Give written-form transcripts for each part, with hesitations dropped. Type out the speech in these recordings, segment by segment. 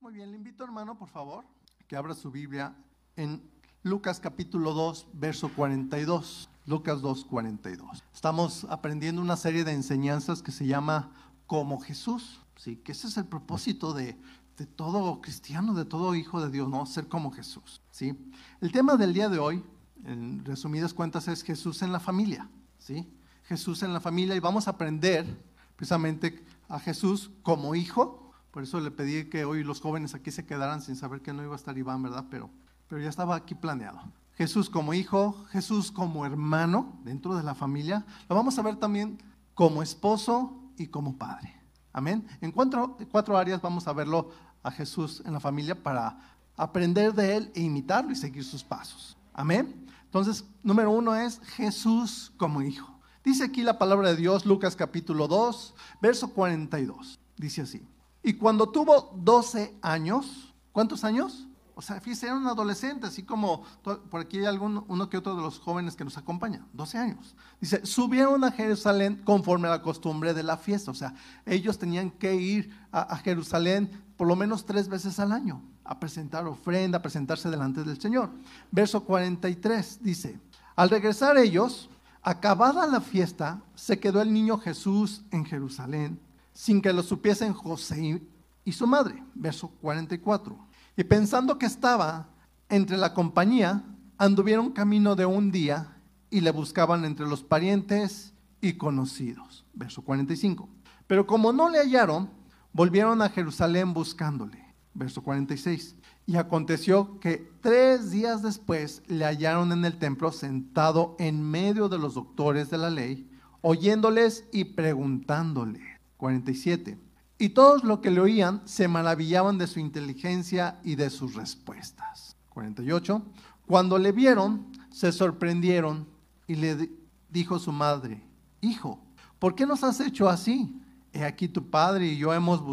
Muy bien, le invito, hermano, por favor, que abra su Biblia en Lucas capítulo 2, verso 42. Lucas 2, 42. Estamos aprendiendo una serie de enseñanzas que se llama Como Jesús, ¿sí? Que ese es el propósito de todo cristiano, de todo hijo de Dios, ¿no? Ser como Jesús, ¿sí? El tema del día de hoy, en resumidas cuentas, es Jesús en la familia, ¿sí? Jesús en la familia, y vamos a aprender precisamente a Jesús como hijo. Por eso le pedí que hoy los jóvenes aquí se quedaran sin saber que no iba a estar Iván, ¿verdad? Pero ya estaba aquí planeado. Jesús como hijo, Jesús como hermano dentro de la familia. Lo vamos a ver también como esposo y como padre. Amén. En cuatro áreas vamos a verlo a Jesús en la familia para aprender de él e imitarlo y seguir sus pasos. Amén. Entonces, número 1 es Jesús como hijo. Dice aquí la palabra de Dios, Lucas capítulo 2, verso 42. Dice así. Y cuando tuvo 12 años, ¿cuántos años? O sea, fíjense, era un adolescente, así como por aquí hay uno que otro de los jóvenes que nos acompañan, 12 años. Dice, subieron a Jerusalén conforme a la costumbre de la fiesta. O sea, ellos tenían que ir a Jerusalén por lo menos 3 veces al año, a presentar ofrenda, a presentarse delante del Señor. Verso 43 dice, al regresar ellos, acabada la fiesta, se quedó el niño Jesús en Jerusalén, sin que lo supiesen José y su madre. Verso 44. Y pensando que estaba entre la compañía, anduvieron camino de un día y le buscaban entre los parientes y conocidos. Verso 45. Pero como no le hallaron, volvieron a Jerusalén buscándole. Verso 46. Y aconteció que 3 días después le hallaron en el templo sentado en medio de los doctores de la ley, oyéndoles y preguntándole. 47. Y todos los que le oían se maravillaban de su inteligencia y de sus respuestas. 48. Cuando le vieron, se sorprendieron y le dijo su madre, hijo, ¿por qué nos has hecho así? He aquí tu padre y yo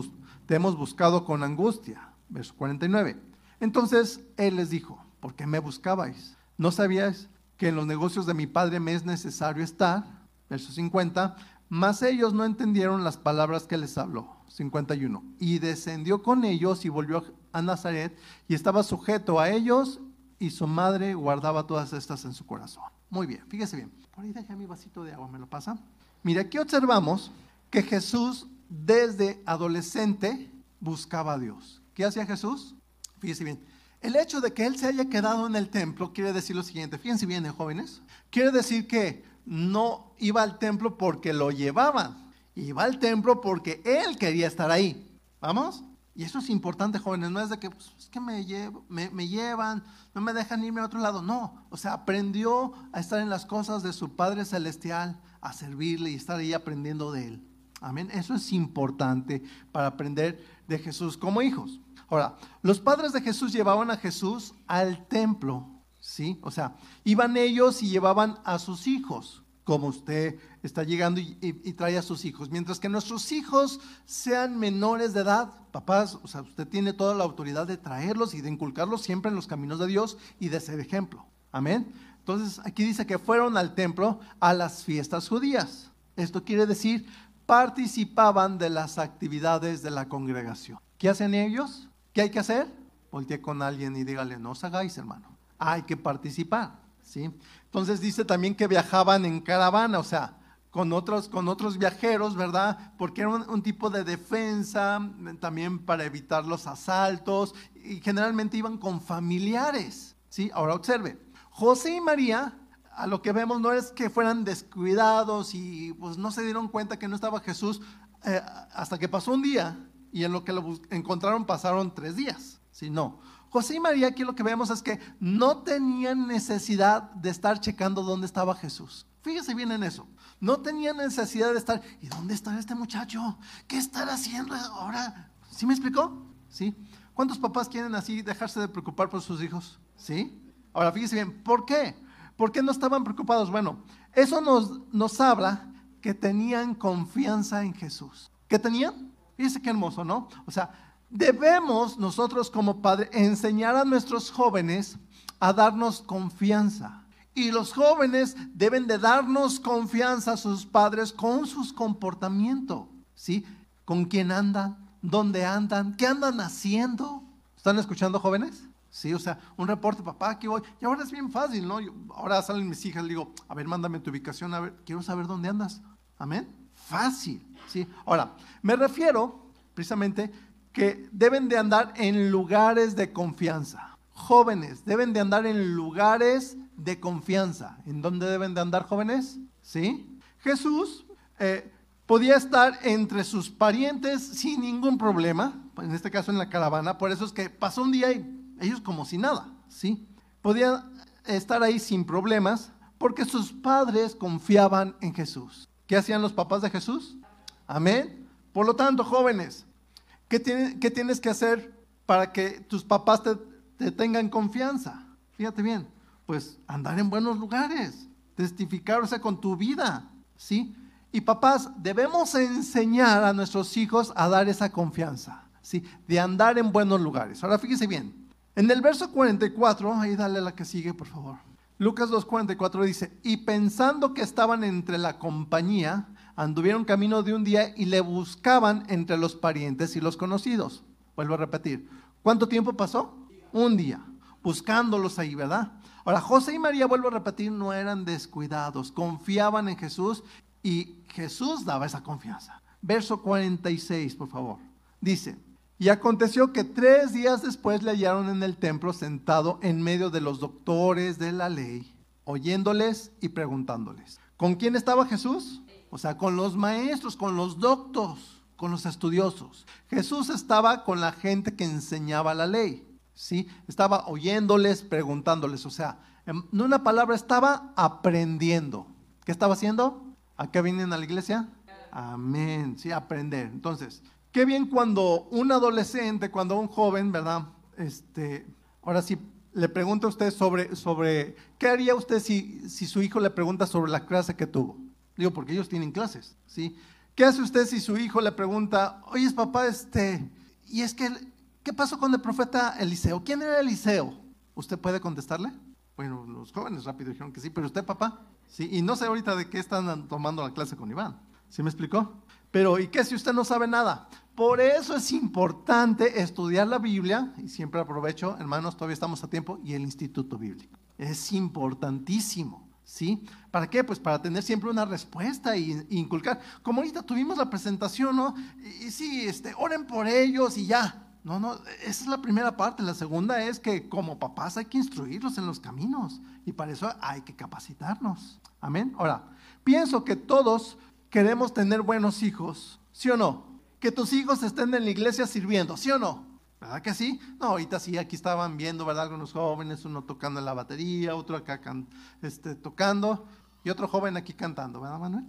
te hemos buscado con angustia. Verso 49. Entonces él les dijo, ¿por qué me buscabais? ¿No sabíais que en los negocios de mi padre me es necesario estar? Verso 50. Mas ellos no entendieron las palabras que les habló. 51. Y descendió con ellos y volvió a Nazaret y estaba sujeto a ellos y su madre guardaba todas estas en su corazón. Muy bien, fíjese bien. Por ahí dejé mi vasito de agua, ¿me lo pasa? Mira, aquí observamos que Jesús desde adolescente buscaba a Dios. ¿Qué hacía Jesús? Fíjese bien. El hecho de que él se haya quedado en el templo quiere decir lo siguiente. Fíjense bien, jóvenes. Quiere decir que no iba al templo porque lo llevaban. Iba al templo porque él quería estar ahí. ¿Vamos? Y eso es importante, jóvenes. No es de que, pues, es que me llevan, no me dejan irme a otro lado. No. O sea, aprendió a estar en las cosas de su Padre Celestial, a servirle y estar ahí aprendiendo de él. Amén. Eso es importante para aprender de Jesús como hijos. Ahora, los padres de Jesús llevaban a Jesús al templo, ¿sí? O sea, iban ellos y llevaban a sus hijos, como usted está llegando y trae a sus hijos. Mientras que nuestros hijos sean menores de edad, papás, o sea, usted tiene toda la autoridad de traerlos y de inculcarlos siempre en los caminos de Dios y de ser ejemplo. Amén. Entonces, aquí dice que fueron al templo a las fiestas judías. Esto quiere decir, participaban de las actividades de la congregación. ¿Qué hacen ellos? ¿Qué hay que hacer? Voltee con alguien y dígale, no os hagáis, hermano. Hay que participar, ¿sí? Entonces dice también que viajaban en caravana, o sea, con otros viajeros, ¿verdad? Porque era un tipo de defensa, también para evitar los asaltos, y generalmente iban con familiares, ¿sí? Ahora observe, José y María, a lo que vemos no es que fueran descuidados y pues no se dieron cuenta que no estaba Jesús hasta que pasó un día. Y en lo que lo encontraron pasaron 3 días. ¿Sí? No. José y María aquí lo que vemos es que no tenían necesidad de estar checando dónde estaba Jesús. Fíjese bien en eso. No tenían necesidad de estar, ¿y dónde está este muchacho? ¿Qué estará haciendo ahora? ¿Sí me explicó? ¿Sí? ¿Cuántos papás quieren así dejarse de preocupar por sus hijos? ¿Sí? Ahora fíjese bien, ¿por qué? ¿Por qué no estaban preocupados? Bueno, eso nos habla que tenían confianza en Jesús. ¿Qué tenían? Fíjense qué hermoso, ¿no? O sea, debemos nosotros como padres enseñar a nuestros jóvenes a darnos confianza. Y los jóvenes deben de darnos confianza a sus padres con sus comportamientos, ¿sí? Con quién andan, ¿Dónde andan? ¿Qué andan haciendo? ¿Están escuchando, jóvenes? Sí, o sea, un reporte, papá, aquí voy. Y ahora es bien fácil, ¿no? Ahora salen mis hijas, le digo, a ver, mándame tu ubicación, a ver, quiero saber dónde andas. Amén. Fácil, ¿sí? Ahora, me refiero precisamente que deben de andar en lugares de confianza. Jóvenes, deben de andar en lugares de confianza. ¿En dónde deben de andar, jóvenes? ¿Sí? Jesús podía estar entre sus parientes sin ningún problema, en este caso en la caravana, por eso es que pasó un día y ellos como si nada, ¿sí? Podía estar ahí sin problemas porque sus padres confiaban en Jesús. ¿Qué hacían los papás de Jesús? Amén. Por lo tanto, jóvenes, ¿qué tienes que hacer para que tus papás te tengan confianza? Fíjate bien, pues andar en buenos lugares, testificar, o sea, con tu vida, ¿sí? Y papás, debemos enseñar a nuestros hijos a dar esa confianza, ¿sí? De andar en buenos lugares. Ahora fíjese bien, en el verso 44, ahí dale la que sigue, por favor. Lucas 2:44 dice, y pensando que estaban entre la compañía, anduvieron camino de un día y le buscaban entre los parientes y los conocidos. Vuelvo a repetir, ¿cuánto tiempo pasó? Un día, buscándolos ahí, ¿verdad? Ahora, José y María, vuelvo a repetir, no eran descuidados, confiaban en Jesús y Jesús daba esa confianza. Verso 46, por favor, dice, y aconteció que 3 días después le hallaron en el templo sentado en medio de los doctores de la ley, oyéndoles y preguntándoles. ¿Con quién estaba Jesús? O sea, con los maestros, con los doctos, con los estudiosos. Jesús estaba con la gente que enseñaba la ley, ¿sí? Estaba oyéndoles, preguntándoles, o sea, en una palabra, estaba aprendiendo. ¿Qué estaba haciendo? ¿A qué vienen a la iglesia? Amén, sí, aprender. Entonces, qué bien cuando un adolescente, cuando un joven, ¿verdad? Ahora sí, le pregunta a usted sobre ¿qué haría usted si su hijo le pregunta sobre la clase que tuvo? Digo, porque ellos tienen clases, ¿sí? ¿Qué hace usted si su hijo le pregunta, oye, papá, y es que, ¿qué pasó con el profeta Eliseo? ¿Quién era Eliseo? ¿Usted puede contestarle? Bueno, los jóvenes rápido dijeron que sí, pero usted, papá, sí, y no sé ahorita de qué están tomando la clase con Iván, ¿sí me explicó? Pero, ¿y qué si usted no sabe nada? Por eso es importante estudiar la Biblia, y siempre aprovecho, hermanos, todavía estamos a tiempo, y el Instituto Bíblico. Es importantísimo, ¿sí? ¿Para qué? Pues para tener siempre una respuesta e inculcar. Como ahorita tuvimos la presentación, ¿no? Y sí, oren por ellos y ya. No, esa es la primera parte. La segunda es que como papás hay que instruirlos en los caminos, y para eso hay que capacitarnos. Amén. Ahora, pienso que todos queremos tener buenos hijos, ¿sí o no? Que tus hijos estén en la iglesia sirviendo, ¿sí o no? ¿Verdad que sí? No, ahorita sí, aquí estaban viendo, ¿verdad? Algunos jóvenes, uno tocando en la batería, otro acá tocando, y otro joven aquí cantando, ¿verdad, Manuel?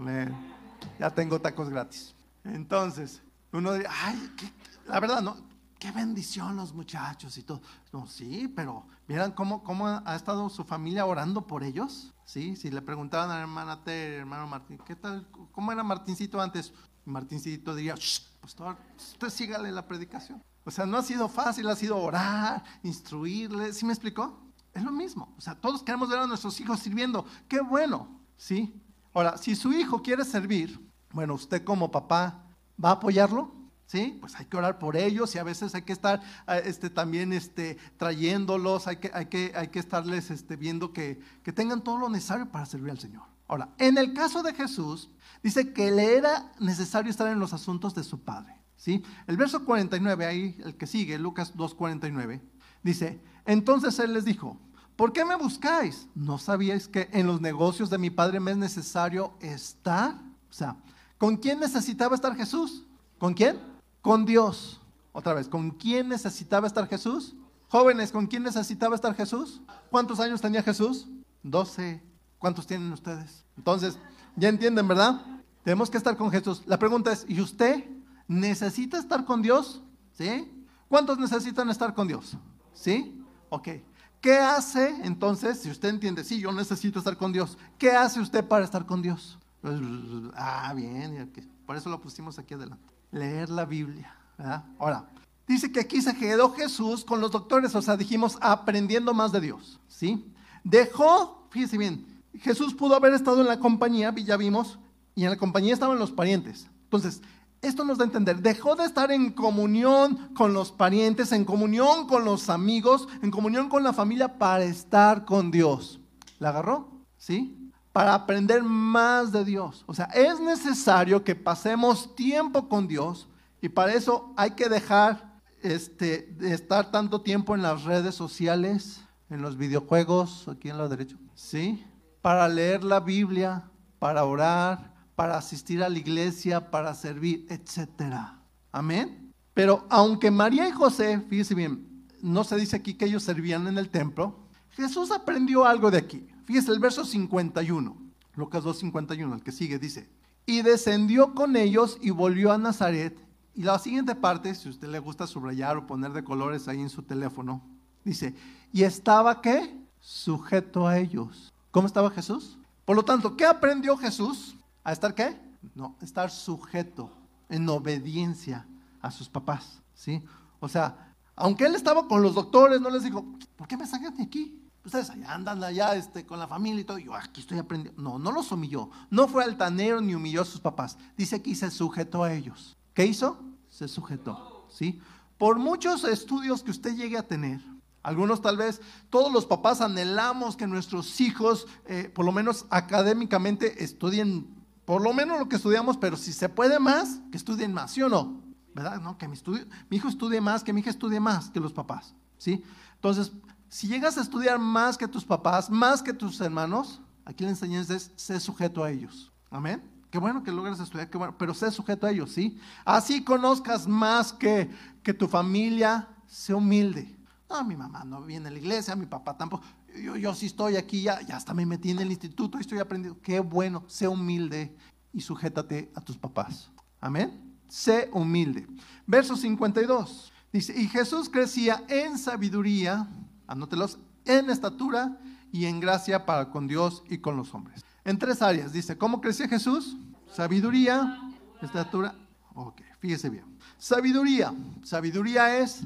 Ya tengo tacos gratis. Entonces, uno dice, ay, la verdad, ¿no? Qué bendición los muchachos y todo. No, sí, pero ¿vieran cómo ha estado su familia orando por ellos? Sí, si le preguntaban a la hermana Tere, hermano Martín, ¿qué tal? ¿Cómo era Martincito antes? Martincito diría, pastor, usted sígale la predicación. O sea, no ha sido fácil, ha sido orar, instruirle, ¿sí me explicó? Es lo mismo, o sea, todos queremos ver a nuestros hijos sirviendo, qué bueno, ¿sí? Ahora, si su hijo quiere servir, bueno, usted como papá, ¿va a apoyarlo? ¿Sí? Pues hay que orar por ellos y a veces hay que estar también trayéndolos, hay que estarles viendo que tengan todo lo necesario para servir al Señor. Ahora, en el caso de Jesús, dice que le era necesario estar en los asuntos de su Padre, ¿sí? El verso 49, ahí el que sigue, Lucas 2:49, dice, entonces Él les dijo, ¿por qué me buscáis? ¿No sabíais que en los negocios de mi Padre me es necesario estar? O sea, ¿con quién necesitaba estar Jesús? ¿Con quién? Con Dios. Otra vez, ¿con quién necesitaba estar Jesús? Jóvenes, ¿con quién necesitaba estar Jesús? ¿Cuántos años tenía Jesús? 12. ¿Cuántos tienen ustedes? Entonces, ya entienden, ¿verdad? Tenemos que estar con Jesús. La pregunta es, ¿y usted necesita estar con Dios? ¿Sí? ¿Cuántos necesitan estar con Dios? ¿Sí? Ok. ¿Qué hace entonces, si usted entiende, sí, yo necesito estar con Dios, ¿qué hace usted para estar con Dios? Bien, por eso lo pusimos aquí adelante. Leer la Biblia, ¿verdad? Ahora, dice que aquí se quedó Jesús con los doctores, o sea, dijimos, aprendiendo más de Dios, ¿sí? Dejó, fíjese bien, Jesús pudo haber estado en la compañía, ya vimos, y en la compañía estaban los parientes. Entonces, esto nos da a entender, dejó de estar en comunión con los parientes, en comunión con los amigos, en comunión con la familia para estar con Dios. ¿La agarró? ¿Sí? Para aprender más de Dios. O sea, es necesario que pasemos tiempo con Dios y para eso hay que dejar de estar tanto tiempo en las redes sociales, en los videojuegos, aquí en la derecha, ¿sí? Para leer la Biblia, para orar, para asistir a la iglesia, para servir, etcétera. Amén. Pero aunque María y José, fíjese bien, no se dice aquí que ellos servían en el templo, Jesús aprendió algo de aquí. Fíjese el verso 51, Lucas 2:51, el que sigue, dice, y descendió con ellos y volvió a Nazaret. Y la siguiente parte, si a usted le gusta subrayar o poner de colores ahí en su teléfono, dice, y estaba, ¿qué? Sujeto a ellos. ¿Cómo estaba Jesús? Por lo tanto, ¿qué aprendió Jesús? ¿A estar qué? No, estar sujeto, en obediencia a sus papás, ¿sí? O sea, aunque él estaba con los doctores, no les dijo, ¿por qué me sacan de aquí? Ustedes allá andan allá con la familia y todo, y yo aquí estoy aprendiendo. No, no los humilló, no fue altanero ni humilló a sus papás. Dice aquí, se sujetó a ellos. ¿Qué hizo? Se sujetó, ¿sí? Por muchos estudios que usted llegue a tener, algunos tal vez, todos los papás anhelamos que nuestros hijos, por lo menos académicamente, estudien por lo menos lo que estudiamos, pero si se puede más, que estudien más, ¿sí o no? ¿Verdad? No, que mi hijo estudie más, que mi hija estudie más que los papás, ¿sí? Entonces, si llegas a estudiar más que tus papás, más que tus hermanos, aquí la enseñanza es, sé sujeto a ellos, ¿amén? Qué bueno que logres estudiar, qué bueno, pero sé sujeto a ellos, ¿sí? Así conozcas más que tu familia, sé humilde. No, mi mamá no viene a la iglesia, mi papá tampoco. Yo sí estoy aquí, ya hasta me metí en el instituto, estoy aprendiendo. Qué bueno, sé humilde y sujétate a tus papás. Amén. Sé humilde. Verso 52. Dice, y Jesús crecía en sabiduría, anótelos, en estatura y en gracia para con Dios y con los hombres. En 3 áreas. Dice, ¿cómo crecía Jesús? Sabiduría, estatura. Ok, fíjese bien. Sabiduría. Sabiduría es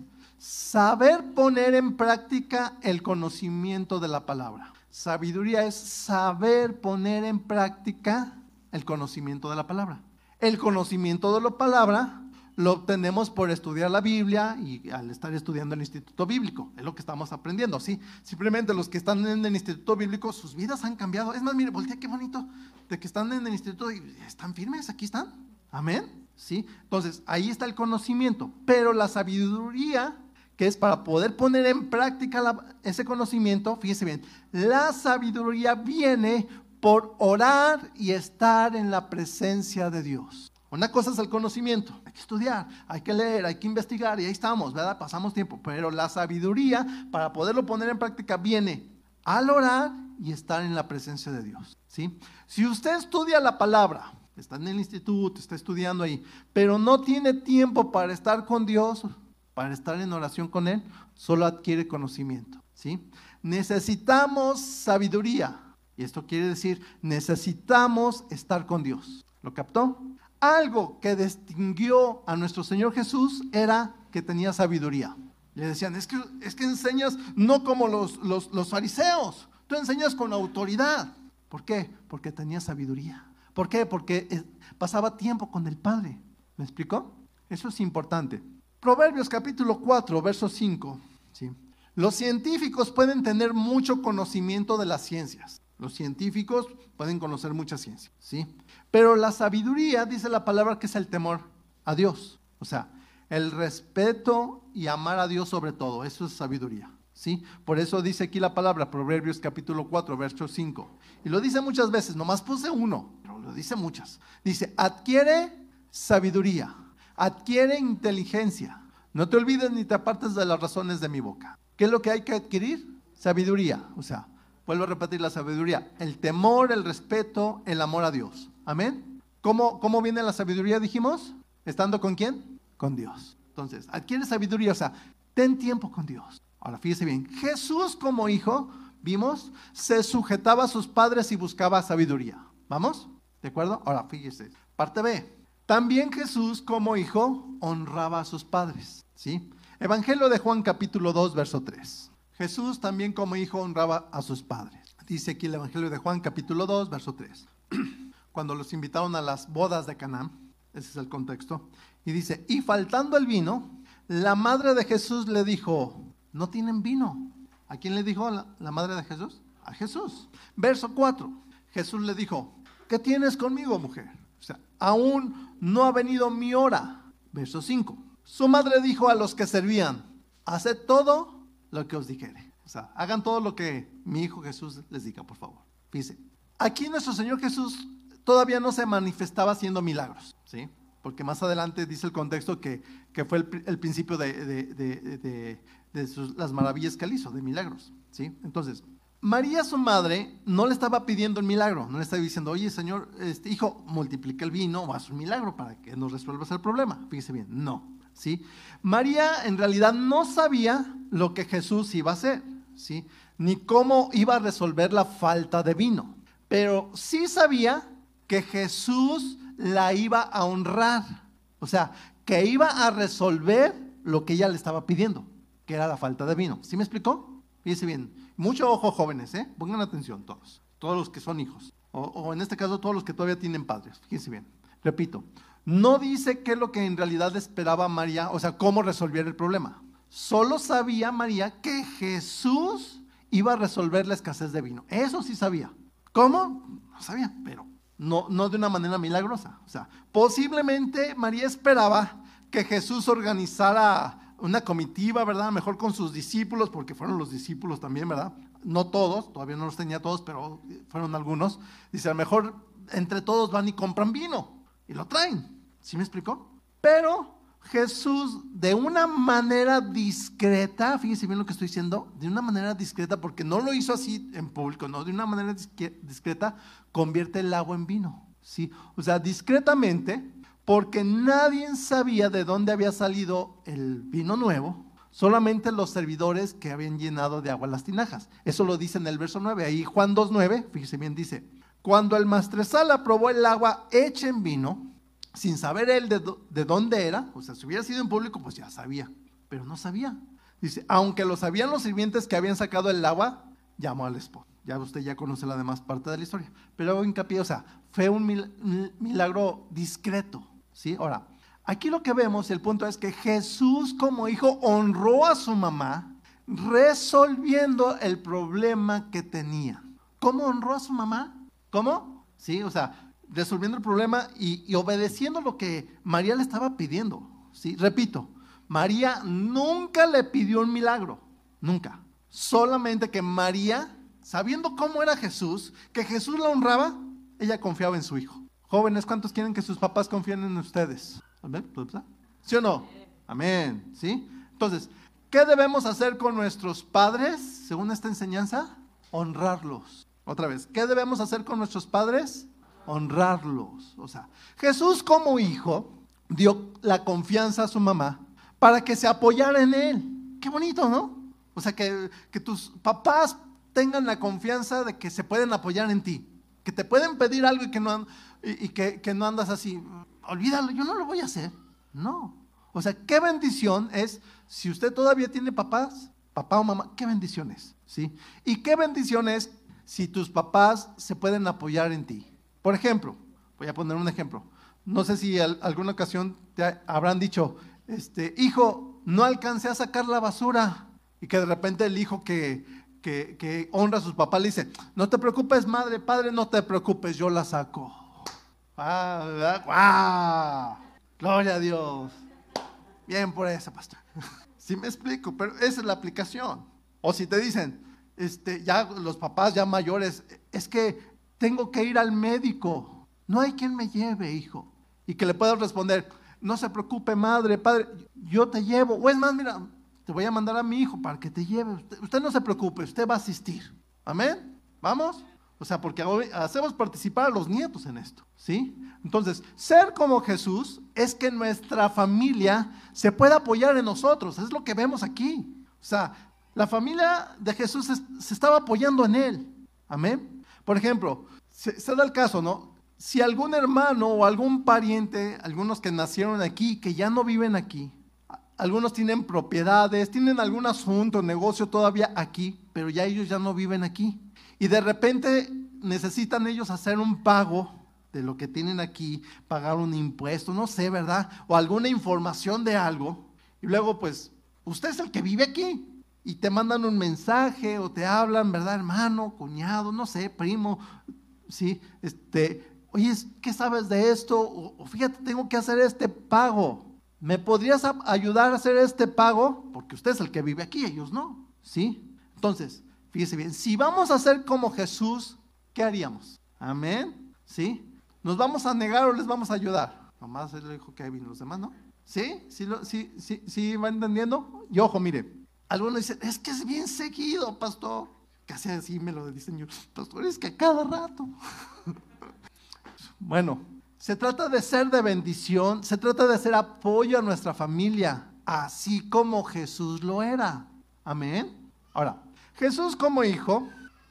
saber poner en práctica el conocimiento de la palabra. Sabiduría es saber poner en práctica el conocimiento de la palabra. El conocimiento de la palabra lo obtenemos por estudiar la Biblia y al estar estudiando el Instituto Bíblico. Es lo que estamos aprendiendo, ¿sí? Simplemente los que están en el Instituto Bíblico, sus vidas han cambiado. Es más, mire, voltea qué bonito, de que están en el Instituto y están firmes, aquí están. Amén, ¿sí? Entonces, ahí está el conocimiento, pero la sabiduría, que es para poder poner en práctica ese conocimiento, fíjese bien, la sabiduría viene por orar y estar en la presencia de Dios. Una cosa es el conocimiento, hay que estudiar, hay que leer, hay que investigar y ahí estamos, ¿verdad? Pasamos tiempo, pero la sabiduría para poderlo poner en práctica viene al orar y estar en la presencia de Dios, ¿sí? Si usted estudia la palabra, está en el instituto, está estudiando ahí, pero no tiene tiempo para estar con Dios, para estar en oración con Él, solo adquiere conocimiento, ¿sí? Necesitamos sabiduría, y esto quiere decir, necesitamos estar con Dios. ¿Lo captó? Algo que distinguió a nuestro Señor Jesús era que tenía sabiduría. Le decían, es que enseñas no como los fariseos, tú enseñas con autoridad. ¿Por qué? Porque tenía sabiduría. ¿Por qué? Porque pasaba tiempo con el Padre. ¿Me explicó? Eso es importante. Proverbios capítulo 4, verso 5. ¿Sí? Los científicos pueden tener mucho conocimiento de las ciencias. Los científicos pueden conocer mucha ciencia, ¿sí? Pero la sabiduría, dice la palabra, que es el temor a Dios. O sea, el respeto y amar a Dios sobre todo. Eso es sabiduría, ¿sí? Por eso dice aquí la palabra, Proverbios capítulo 4, verso 5. Y lo dice muchas veces, nomás puse uno, pero lo dice muchas. Dice, adquiere sabiduría, adquiere inteligencia. No te olvides ni te apartes de las razones de mi boca. ¿Qué es lo que hay que adquirir? Sabiduría, o sea, vuelvo a repetir la sabiduría, el temor, el respeto, el amor a Dios. Amén. ¿Cómo viene la sabiduría, dijimos? ¿Estando con quién? Con Dios. Entonces, adquiere sabiduría, o sea, ten tiempo con Dios. Ahora, fíjese bien, Jesús como hijo, vimos, se sujetaba a sus padres y buscaba sabiduría. ¿Vamos? ¿De acuerdo? Ahora, fíjese, parte B. También Jesús como hijo honraba a sus padres, ¿sí? Evangelio de Juan capítulo 2, verso 3. Jesús también como hijo honraba a sus padres. Dice aquí el Evangelio de Juan capítulo 2, verso 3. Cuando los invitaron a las bodas de Caná, ese es el contexto. Y dice, y faltando el vino, la madre de Jesús le dijo, no tienen vino. ¿A quién le dijo la madre de Jesús? A Jesús. Verso 4, Jesús le dijo, ¿qué tienes conmigo, mujer? O sea, aún no ha venido mi hora. Verso 5, su madre dijo a los que servían, haced todo lo que os dijere. O sea, hagan todo lo que mi hijo Jesús les diga, por favor. Fíjense, aquí nuestro Señor Jesús todavía no se manifestaba haciendo milagros, ¿sí? Porque más adelante dice el contexto que fue el principio de las maravillas que él hizo, de milagros, ¿sí? Entonces, María, su madre, no le estaba pidiendo el milagro, no le estaba diciendo, oye, Señor, hijo, multiplica el vino o haz un milagro para que nos resuelvas el problema. Fíjese bien, no, ¿sí? María en realidad no sabía lo que Jesús iba a hacer, ¿sí? Ni cómo iba a resolver la falta de vino, pero sí sabía que Jesús la iba a honrar, o sea, que iba a resolver lo que ella le estaba pidiendo, que era la falta de vino. ¿Sí me explicó? Fíjense bien, mucho ojo, jóvenes, pongan atención todos los que son hijos, o en este caso todos los que todavía tienen padres. Fíjense bien, repito, no dice qué es lo que en realidad esperaba María, o sea, cómo resolver el problema. Solo sabía María que Jesús iba a resolver la escasez de vino. Eso sí sabía. ¿Cómo? No sabía, pero no de una manera milagrosa. O sea, posiblemente María esperaba que Jesús organizara una comitiva, ¿verdad? Mejor con sus discípulos, porque fueron los discípulos también, ¿verdad? No todos, todavía no los tenía todos, pero fueron algunos. Dice, a lo mejor entre todos van y compran vino y lo traen. ¿Sí me explicó? Pero Jesús, de una manera discreta, fíjese bien lo que estoy diciendo, de una manera discreta, porque no lo hizo así en público, no, de una manera discreta, convierte el agua en vino, ¿sí? O sea, discretamente, porque nadie sabía de dónde había salido el vino nuevo, solamente los servidores que habían llenado de agua las tinajas. Eso lo dice en el verso 9, ahí Juan 2:9, fíjese bien, dice, cuando el maestresala probó el agua hecha en vino, sin saber él de dónde era, o sea, si hubiera sido en público, pues ya sabía, pero no sabía. Dice, aunque lo sabían los sirvientes que habían sacado el agua, llamó al esposo. Ya usted ya conoce la demás parte de la historia, pero hago hincapié, o sea, fue un milagro discreto, ¿sí? Ahora, aquí lo que vemos, el punto es que Jesús como hijo honró a su mamá, resolviendo el problema que tenía. ¿Cómo honró a su mamá? ¿Cómo? Sí, o sea, resolviendo el problema y obedeciendo lo que María le estaba pidiendo, ¿sí? Repito, María nunca le pidió un milagro, nunca. Solamente que María, sabiendo cómo era Jesús, que Jesús la honraba, ella confiaba en su hijo. Jóvenes, ¿cuántos quieren que sus papás confíen en ustedes? ¿Sí o no? Amén, ¿sí? Entonces, ¿qué debemos hacer con nuestros padres, según esta enseñanza? Honrarlos. Otra vez, ¿qué debemos hacer con nuestros padres? Honrarlos. O sea, Jesús como hijo dio la confianza a su mamá para que se apoyara en él. Qué bonito, ¿no? O sea, que tus papás tengan la confianza de que se pueden apoyar en ti, que te pueden pedir algo y que no andas así, olvídalo, yo no lo voy a hacer. No. O sea, qué bendición es, si usted todavía tiene papás, papá o mamá, qué bendición es, ¿sí? Y qué bendición es si tus papás se pueden apoyar en ti. Por ejemplo, voy a poner un ejemplo. No sé si alguna ocasión te habrán dicho, hijo, no alcancé a sacar la basura. Y que de repente el hijo que honra a sus papás le dice, no te preocupes, madre, padre, no te preocupes, yo la saco. ¡Wow! Gloria a Dios. Bien por eso, pastor. Sí me explico, pero esa es la aplicación. O si te dicen, ya los papás ya mayores, es que tengo que ir al médico, no hay quien me lleve, hijo. Y que le puedas responder, no se preocupe, madre, padre, yo te llevo. O es más, mira, te voy a mandar a mi hijo para que te lleve. Usted no se preocupe, usted va a asistir. ¿Amén? ¿Vamos? O sea, porque hacemos participar a los nietos en esto, ¿sí? Entonces, ser como Jesús es que nuestra familia se pueda apoyar en nosotros. Es lo que vemos aquí. O sea, la familia de Jesús se estaba apoyando en él. ¿Amén? Por ejemplo, se da el caso, ¿no? Si algún hermano o algún pariente, algunos que nacieron aquí, que ya no viven aquí, algunos tienen propiedades, tienen algún asunto, negocio todavía aquí, pero ya ellos ya no viven aquí. Y de repente necesitan ellos hacer un pago de lo que tienen aquí, pagar un impuesto, no sé, ¿verdad? O alguna información de algo, y luego pues usted es el que vive aquí, y te mandan un mensaje o te hablan, ¿verdad? Hermano, cuñado, no sé, primo, ¿sí? Oye, ¿qué sabes de esto? O fíjate, tengo que hacer este pago. ¿Me podrías ayudar a hacer este pago? Porque usted es el que vive aquí, ellos no, ¿sí? Entonces, fíjese bien, si vamos a ser como Jesús, ¿qué haríamos? Amén, ¿sí? ¿Nos vamos a negar o les vamos a ayudar? Nomás él le dijo Kevin, los demás, ¿no? ¿Sí? ¿Sí va entendiendo? Y ojo, mire, algunos dicen, es que es bien seguido, pastor. Casi así me lo dicen yo, pastor, es que a cada rato. Bueno, se trata de ser de bendición, se trata de ser apoyo a nuestra familia, así como Jesús lo era. Amén. Ahora, Jesús como hijo,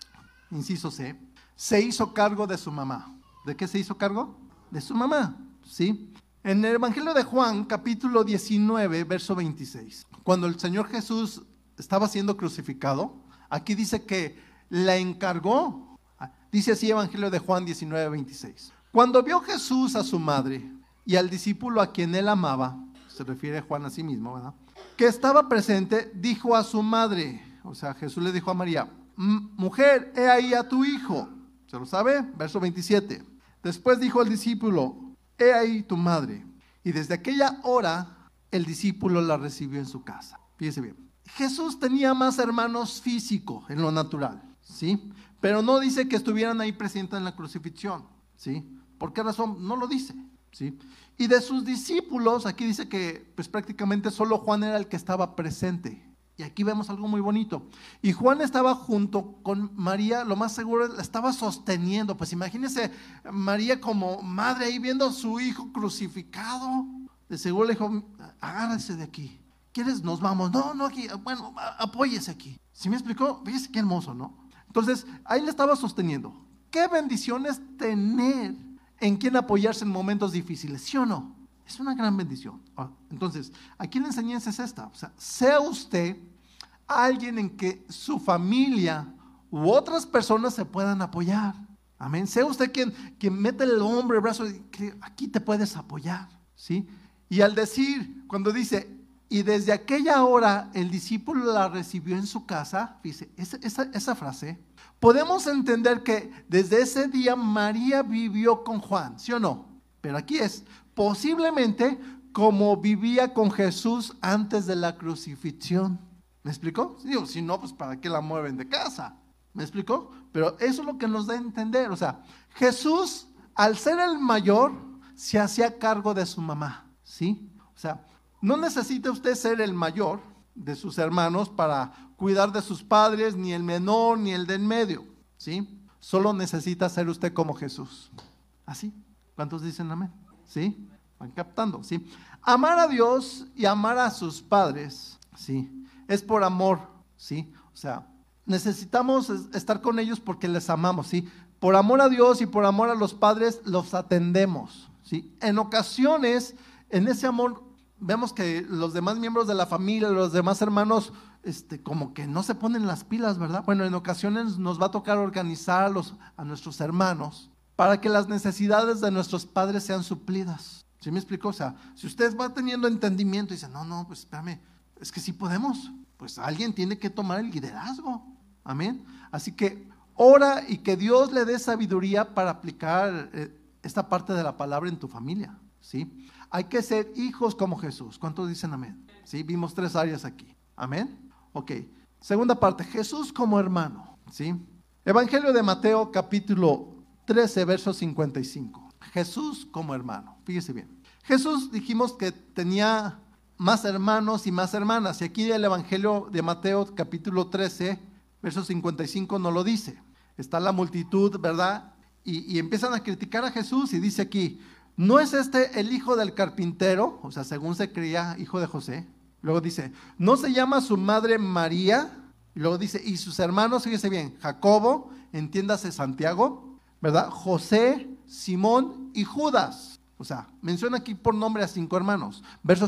inciso C, se hizo cargo de su mamá. ¿De qué se hizo cargo? De su mamá, ¿sí? En el Evangelio de Juan, capítulo 19, verso 26, cuando el Señor Jesús estaba siendo crucificado, aquí dice que la encargó. Dice así Evangelio de Juan 19, 26. Cuando vio Jesús a su madre y al discípulo a quien él amaba, se refiere Juan a sí mismo, ¿verdad?, que estaba presente, dijo a su madre, o sea, Jesús le dijo a María, mujer, he ahí a tu hijo. ¿Se lo sabe? Verso 27. Después dijo al discípulo, he ahí tu madre. Y desde aquella hora, el discípulo la recibió en su casa. Fíjese bien. Jesús tenía más hermanos físicos en lo natural, ¿sí? Pero no dice que estuvieran ahí presentes en la crucifixión, ¿sí? ¿Por qué razón? No lo dice, ¿sí? Y de sus discípulos, aquí dice que pues prácticamente solo Juan era el que estaba presente. Y aquí vemos algo muy bonito. Y Juan estaba junto con María, lo más seguro, la estaba sosteniendo. Pues imagínense María como madre ahí viendo a su hijo crucificado. De seguro le dijo, agárrese de aquí. ¿Quieres? Nos vamos. No, aquí. Bueno, apóyese aquí. ¿Sí me explicó? Fíjese qué hermoso, ¿no? Entonces, ahí le estaba sosteniendo. Qué bendición es tener en quien apoyarse en momentos difíciles, ¿sí o no? Es una gran bendición. Entonces, aquí la enseñanza es esta. O sea, sea usted alguien en que su familia u otras personas se puedan apoyar. Amén. Sea usted quien mete el hombro, el brazo, que aquí te puedes apoyar, ¿sí? Y al decir, cuando dice, y desde aquella hora el discípulo la recibió en su casa, dice, esa frase, podemos entender que desde ese día María vivió con Juan, ¿sí o no? Pero aquí es, posiblemente como vivía con Jesús antes de la crucifixión. ¿Me explicó? Digo, si no, pues ¿para qué la mueven de casa? ¿Me explicó? Pero eso es lo que nos da a entender. O sea, Jesús, al ser el mayor, se hacía cargo de su mamá, ¿sí? O sea, no necesita usted ser el mayor de sus hermanos para cuidar de sus padres, ni el menor, ni el de en medio, ¿sí? Solo necesita ser usted como Jesús. ¿Así? ¿Cuántos dicen amén? ¿Sí? Van captando, ¿sí? Amar a Dios y amar a sus padres, ¿sí? Es por amor, ¿sí? O sea, necesitamos estar con ellos porque les amamos, ¿sí? Por amor a Dios y por amor a los padres los atendemos, ¿sí? En ocasiones, en ese amor, vemos que los demás miembros de la familia, los demás hermanos, como que no se ponen las pilas, ¿verdad? Bueno, en ocasiones nos va a tocar organizar a nuestros hermanos para que las necesidades de nuestros padres sean suplidas. ¿Sí me explico? O sea, si usted va teniendo entendimiento y dice, no, pues espérame, es que sí podemos, pues alguien tiene que tomar el liderazgo. Amén. Así que ora y que Dios le dé sabiduría para aplicar esta parte de la palabra en tu familia, ¿sí? Hay que ser hijos como Jesús. ¿Cuántos dicen amén? ¿Sí? Vimos 3 áreas aquí. Amén. Ok. Segunda parte, Jesús como hermano, ¿sí? Evangelio de Mateo, capítulo 13, verso 55. Jesús como hermano. Fíjese bien. Jesús dijimos que tenía más hermanos y más hermanas. Y aquí el Evangelio de Mateo, capítulo 13, verso 55 no lo dice. Está la multitud, ¿verdad? Y empiezan a criticar a Jesús y dice aquí, ¿no es este el hijo del carpintero? O sea, según se creía, hijo de José. Luego dice, ¿no se llama su madre María? Y luego dice, y sus hermanos, fíjese bien, Jacobo, entiéndase Santiago, ¿verdad? José, Simón y Judas. O sea, menciona aquí por nombre a 5 hermanos. Verso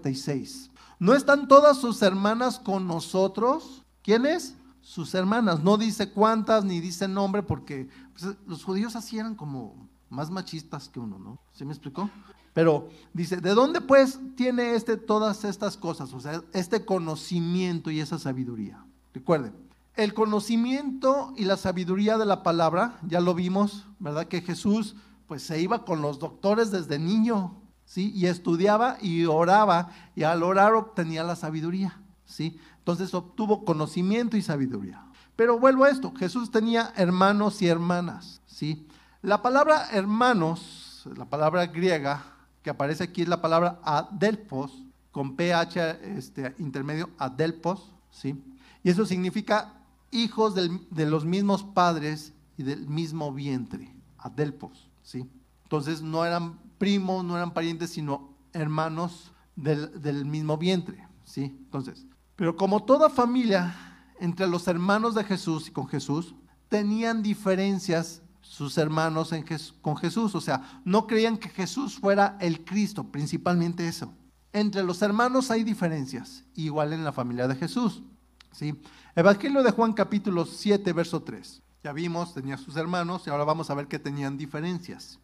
56. ¿No están todas sus hermanas con nosotros? ¿Quiénes? Sus hermanas. No dice cuántas ni dice nombre porque pues, los judíos así eran como más machistas que uno, ¿no? ¿Sí me explicó? Pero dice, ¿de dónde pues tiene todas estas cosas? O sea, este conocimiento y esa sabiduría. Recuerden, el conocimiento y la sabiduría de la palabra, ya lo vimos, ¿verdad? Que Jesús pues se iba con los doctores desde niño, ¿sí? Y estudiaba y oraba, y al orar obtenía la sabiduría, ¿sí? Entonces obtuvo conocimiento y sabiduría. Pero vuelvo a esto, Jesús tenía hermanos y hermanas, ¿sí? La palabra hermanos, la palabra griega que aparece aquí es la palabra adelpos, con ph intermedio, adelpos, ¿sí? Y eso significa hijos de los mismos padres y del mismo vientre, adelpos, ¿sí? Entonces no eran primos, no eran parientes, sino hermanos del mismo vientre, ¿sí? Entonces, pero como toda familia, entre los hermanos de Jesús y con Jesús, tenían diferencias sus hermanos con Jesús, o sea, no creían que Jesús fuera el Cristo, principalmente eso. Entre los hermanos hay diferencias, igual en la familia de Jesús, ¿sí? Evangelio de Juan capítulo 7, verso 3. Ya vimos, tenía sus hermanos y ahora vamos a ver que tenían diferencias.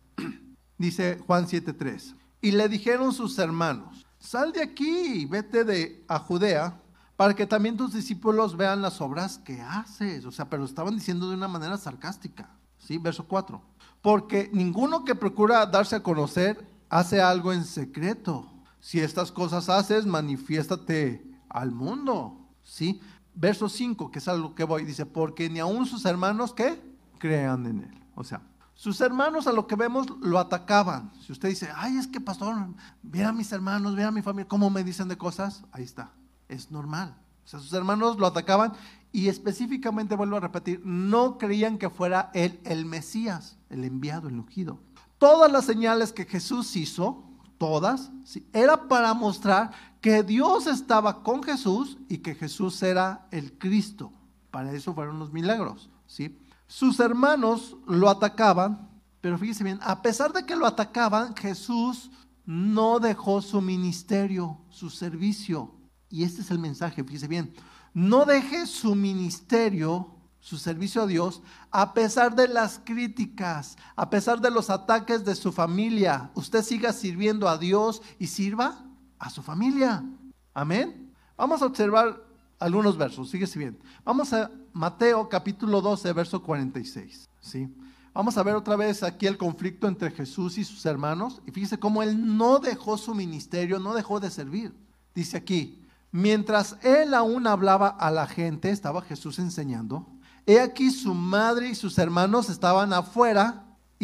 Dice Juan 7:3, y le dijeron sus hermanos, sal de aquí y vete a Judea, para que también tus discípulos vean las obras que haces. O sea, pero estaban diciendo de una manera sarcástica. ¿Sí? Verso 4. Porque ninguno que procura darse a conocer hace algo en secreto. Si estas cosas haces, manifiéstate al mundo. ¿Sí? Verso 5, que es a lo que voy, dice, porque ni aun sus hermanos, ¿qué? Crean en él. O sea, sus hermanos a lo que vemos lo atacaban. Si usted dice, ay, es que pastor, vea a mis hermanos, vea a mi familia, cómo me dicen de cosas, ahí está, es normal. O sea, sus hermanos lo atacaban y específicamente, vuelvo a repetir, no creían que fuera él el Mesías, el enviado, el ungido. Todas las señales que Jesús hizo, todas, ¿sí?, era para mostrar que Dios estaba con Jesús y que Jesús era el Cristo. Para eso fueron los milagros, ¿sí? Sus hermanos lo atacaban, pero fíjense bien, a pesar de que lo atacaban, Jesús no dejó su ministerio, su servicio. Y este es el mensaje, fíjese bien, no deje su ministerio, su servicio a Dios, a pesar de las críticas, a pesar de los ataques de su familia. Usted siga sirviendo a Dios y sirva a su familia. Amén. Vamos a observar algunos versos, fíjese bien. Vamos a Mateo capítulo 12, verso 46, ¿sí? Vamos a ver otra vez aquí el conflicto entre Jesús y sus hermanos. Y fíjese cómo él no dejó su ministerio, no dejó de servir. Dice aquí, mientras él aún hablaba a la gente, estaba Jesús enseñando, he aquí su madre y sus hermanos estaban afuera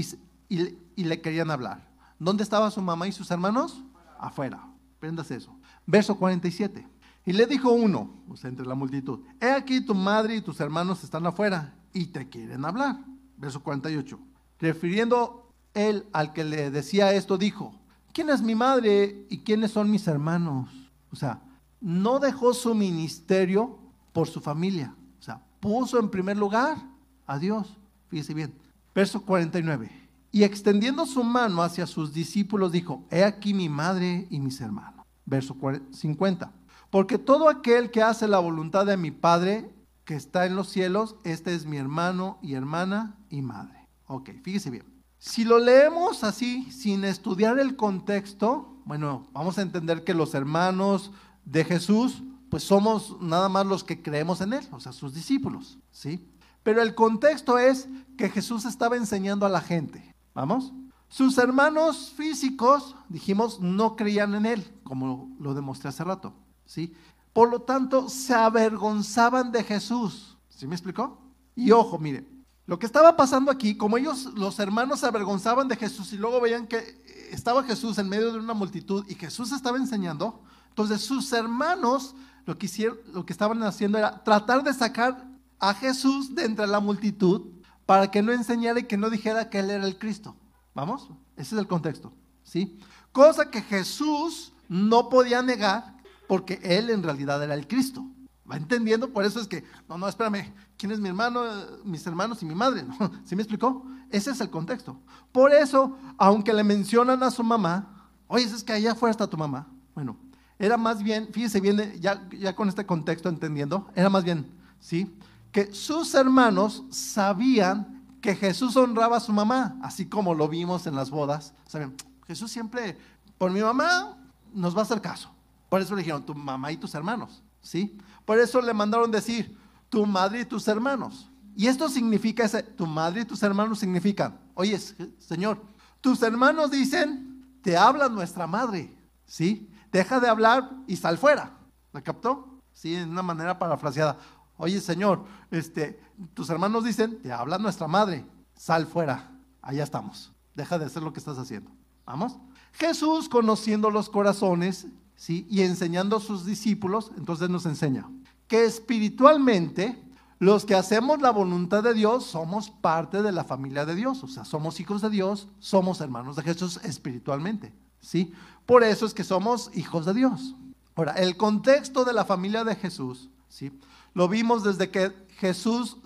y le querían hablar. ¿Dónde estaban su mamá y sus hermanos? Afuera. Préndase eso. Verso 47. Y le dijo uno, o sea, entre la multitud, he aquí tu madre y tus hermanos están afuera y te quieren hablar. Verso 48. Refiriendo él al que le decía esto, dijo, ¿quién es mi madre y quiénes son mis hermanos? O sea, no dejó su ministerio por su familia. O sea, puso en primer lugar a Dios. Fíjese bien. Verso 49. Y extendiendo su mano hacia sus discípulos, dijo, he aquí mi madre y mis hermanos. Verso 50. Porque todo aquel que hace la voluntad de mi Padre que está en los cielos, este es mi hermano y hermana y madre. Ok, fíjese bien. Si lo leemos así, sin estudiar el contexto, bueno, vamos a entender que los hermanos de Jesús, pues somos nada más los que creemos en él, o sea, sus discípulos, ¿sí? Pero el contexto es que Jesús estaba enseñando a la gente, ¿vamos? Sus hermanos físicos, dijimos, no creían en él, como lo demostré hace rato, ¿sí? Por lo tanto, se avergonzaban de Jesús, ¿sí me explicó? Y ojo, mire, lo que estaba pasando aquí, como ellos, los hermanos, se avergonzaban de Jesús y luego veían que estaba Jesús en medio de una multitud y Jesús estaba enseñando, entonces sus hermanos lo que estaban haciendo era tratar de sacar a Jesús de entre la multitud para que no enseñara y que no dijera que él era el Cristo. ¿Vamos? Ese es el contexto, ¿sí? Cosa que Jesús no podía negar porque él en realidad era el Cristo. ¿Va entendiendo? Por eso es que, no, espérame, ¿quién es mi hermano, mis hermanos y mi madre? ¿No? ¿Sí me explicó? Ese es el contexto. Por eso, aunque le mencionan a su mamá, oye, es que allá afuera está tu mamá. Bueno, era más bien, fíjese bien, ya con este contexto entendiendo, era más bien, ¿sí?, que sus hermanos sabían que Jesús honraba a su mamá, así como lo vimos en las bodas. ¿Saben? Jesús siempre, por mi mamá, nos va a hacer caso. Por eso le dijeron, tu mamá y tus hermanos, ¿sí? Por eso le mandaron decir, tu madre y tus hermanos. Y esto significa, tu madre y tus hermanos significan, oye, Señor, tus hermanos dicen, te habla nuestra madre, ¿sí? Deja de hablar y sal fuera. ¿La captó? Sí, en una manera parafraseada. Oye, Señor, tus hermanos dicen, te habla nuestra madre, sal fuera. Allá estamos. Deja de hacer lo que estás haciendo. ¿Vamos? Jesús, conociendo los corazones, ¿sí? Y enseñando a sus discípulos, entonces nos enseña que espiritualmente los que hacemos la voluntad de Dios somos parte de la familia de Dios. O sea, somos hijos de Dios, somos hermanos de Jesús espiritualmente, ¿sí? Por eso es que somos hijos de Dios. Ahora, el contexto de la familia de Jesús, ¿sí? Lo vimos desde que Jesús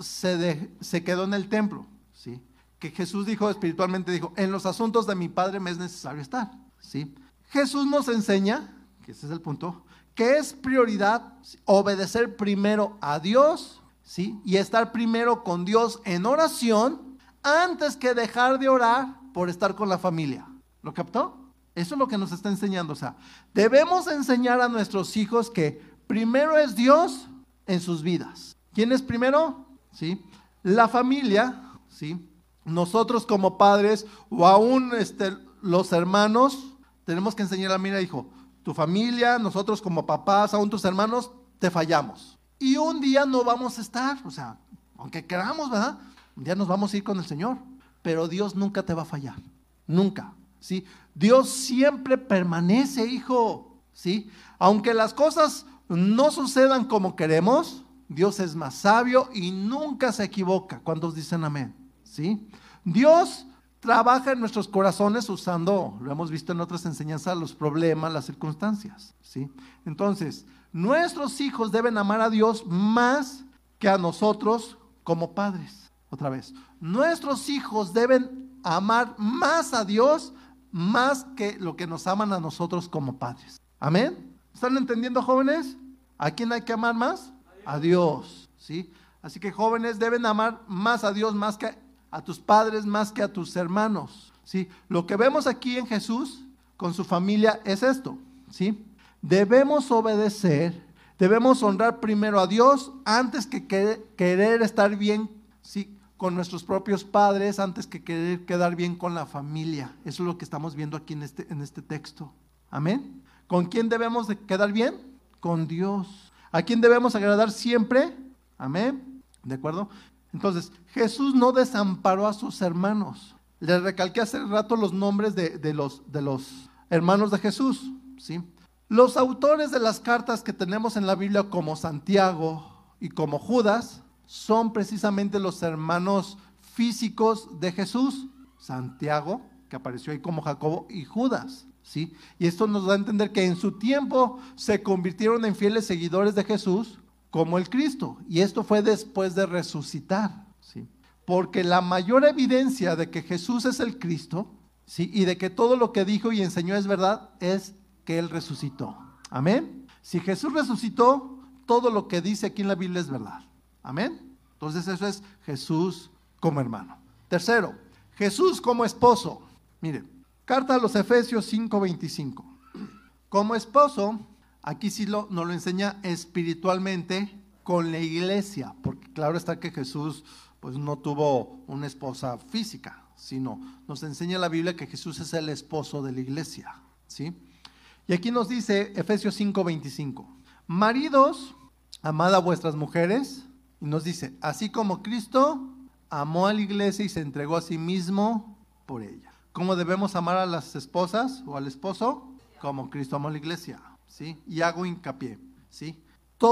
se quedó en el templo, ¿sí? Que Jesús dijo espiritualmente, dijo, en los asuntos de mi Padre me es necesario estar, ¿sí? Jesús nos enseña, que ese es el punto, que es prioridad obedecer primero a Dios, ¿sí? Y estar primero con Dios en oración antes que dejar de orar por estar con la familia. ¿Lo captó? Eso es lo que nos está enseñando. O sea, debemos enseñar a nuestros hijos que primero es Dios en sus vidas. ¿Quién es primero? ¿Sí? La familia, ¿sí? Nosotros como padres o aún los hermanos, tenemos que enseñar a mira, hijo, tu familia, nosotros como papás, aún tus hermanos, te fallamos. Y un día no vamos a estar, o sea, aunque queramos, ¿verdad? Un día nos vamos a ir con el Señor, pero Dios nunca te va a fallar, nunca, ¿sí? Dios siempre permanece, hijo, ¿sí? Aunque las cosas no sucedan como queremos, Dios es más sabio y nunca se equivoca. ¿Cuántos dicen amén? ¿Sí? Dios trabaja en nuestros corazones usando, lo hemos visto en otras enseñanzas, los problemas, las circunstancias, ¿sí? Entonces, nuestros hijos deben amar a Dios más que a nosotros como padres. Otra vez, nuestros hijos deben amar más a Dios más que lo que nos aman a nosotros como padres. ¿Amén? ¿Están entendiendo, jóvenes? ¿A quién hay que amar más? A Dios, ¿sí? Así que jóvenes deben amar más a Dios más que a tus padres, más que a tus hermanos, ¿sí? Lo que vemos aquí en Jesús con su familia es esto, ¿sí? Debemos obedecer, debemos honrar primero a Dios antes que querer estar bien, ¿sí? Con nuestros propios padres, antes que querer quedar bien con la familia. Eso es lo que estamos viendo aquí en este texto. ¿Amén? ¿Con quién debemos de quedar bien? Con Dios. ¿A quién debemos agradar siempre? Amén. ¿De acuerdo? Entonces, Jesús no desamparó a sus hermanos. Les recalqué hace rato los nombres de los hermanos de Jesús, ¿sí? Los autores de las cartas que tenemos en la Biblia como Santiago y como Judas son precisamente los hermanos físicos de Jesús. Santiago, que apareció ahí como Jacobo, y Judas, ¿sí? Y esto nos da a entender que en su tiempo se convirtieron en fieles seguidores de Jesús como el Cristo, y esto fue después de resucitar, ¿sí? Porque la mayor evidencia de que Jesús es el Cristo, ¿sí? Y de que todo lo que dijo y enseñó es verdad, es que Él resucitó. Amén. Si Jesús resucitó, todo lo que dice aquí en la Biblia es verdad. Amén. Entonces eso es Jesús como hermano. Tercero, Jesús como esposo. Miren, carta a los Efesios 5:25. Como esposo, aquí sí nos lo enseña espiritualmente con la iglesia, porque claro está que Jesús pues no tuvo una esposa física, sino nos enseña la Biblia que Jesús es el esposo de la iglesia, ¿sí? Y aquí nos dice Efesios 5:25, maridos, amad a vuestras mujeres, y nos dice, así como Cristo amó a la iglesia y se entregó a sí mismo por ella. ¿Cómo debemos amar a las esposas o al esposo? Como Cristo amó a la iglesia, ¿sí? Y hago hincapié, ¿sí?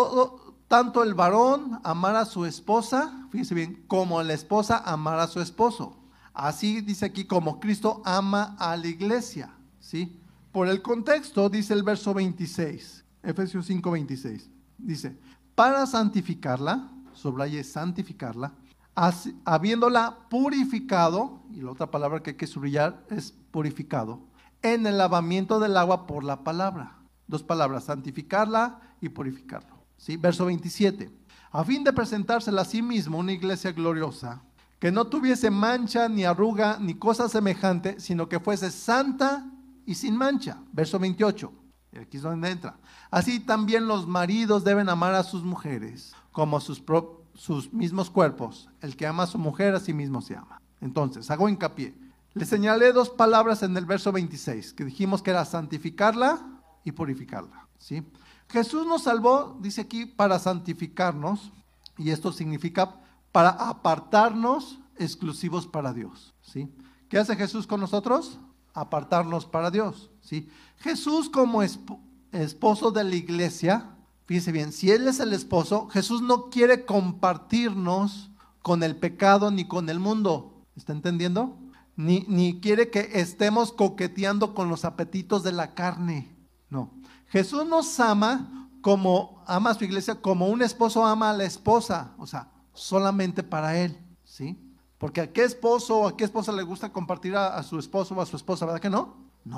Tanto el varón amar a su esposa, fíjese bien, como la esposa amar a su esposo. Así dice aquí, como Cristo ama a la iglesia, ¿sí? Por el contexto, dice el verso 26, Efesios 5:26, dice, para santificarla, subraye santificarla, habiéndola purificado, y la otra palabra que hay que subrayar es purificado, en el lavamiento del agua por la palabra. Dos palabras, santificarla y purificarlo, ¿sí? Verso 27, a fin de presentársela a sí mismo una iglesia gloriosa, que no tuviese mancha, ni arruga, ni cosa semejante, sino que fuese santa y sin mancha. Verso 28, y aquí es donde entra. Así también los maridos deben amar a sus mujeres, como sus mismos cuerpos. El que ama a su mujer, a sí mismo se ama. Entonces, hago hincapié. Le señalé dos palabras en el verso 26, que dijimos que era santificarla y purificarla, ¿sí? Jesús nos salvó, dice aquí, para santificarnos, y esto significa para apartarnos exclusivos para Dios, ¿sí? ¿Qué hace Jesús con nosotros? Apartarnos para Dios, ¿sí? Jesús como esposo de la iglesia, fíjense bien, si Él es el esposo, Jesús no quiere compartirnos con el pecado ni con el mundo, ¿está entendiendo? Ni quiere que estemos coqueteando con los apetitos de la carne, no. Jesús nos ama como ama a su iglesia, como un esposo ama a la esposa, o sea, solamente para Él, ¿sí? Porque a qué esposo o a qué esposa le gusta compartir a su esposo o a su esposa, ¿verdad que no?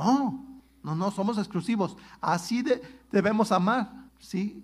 No, somos exclusivos. Así debemos amar, ¿sí?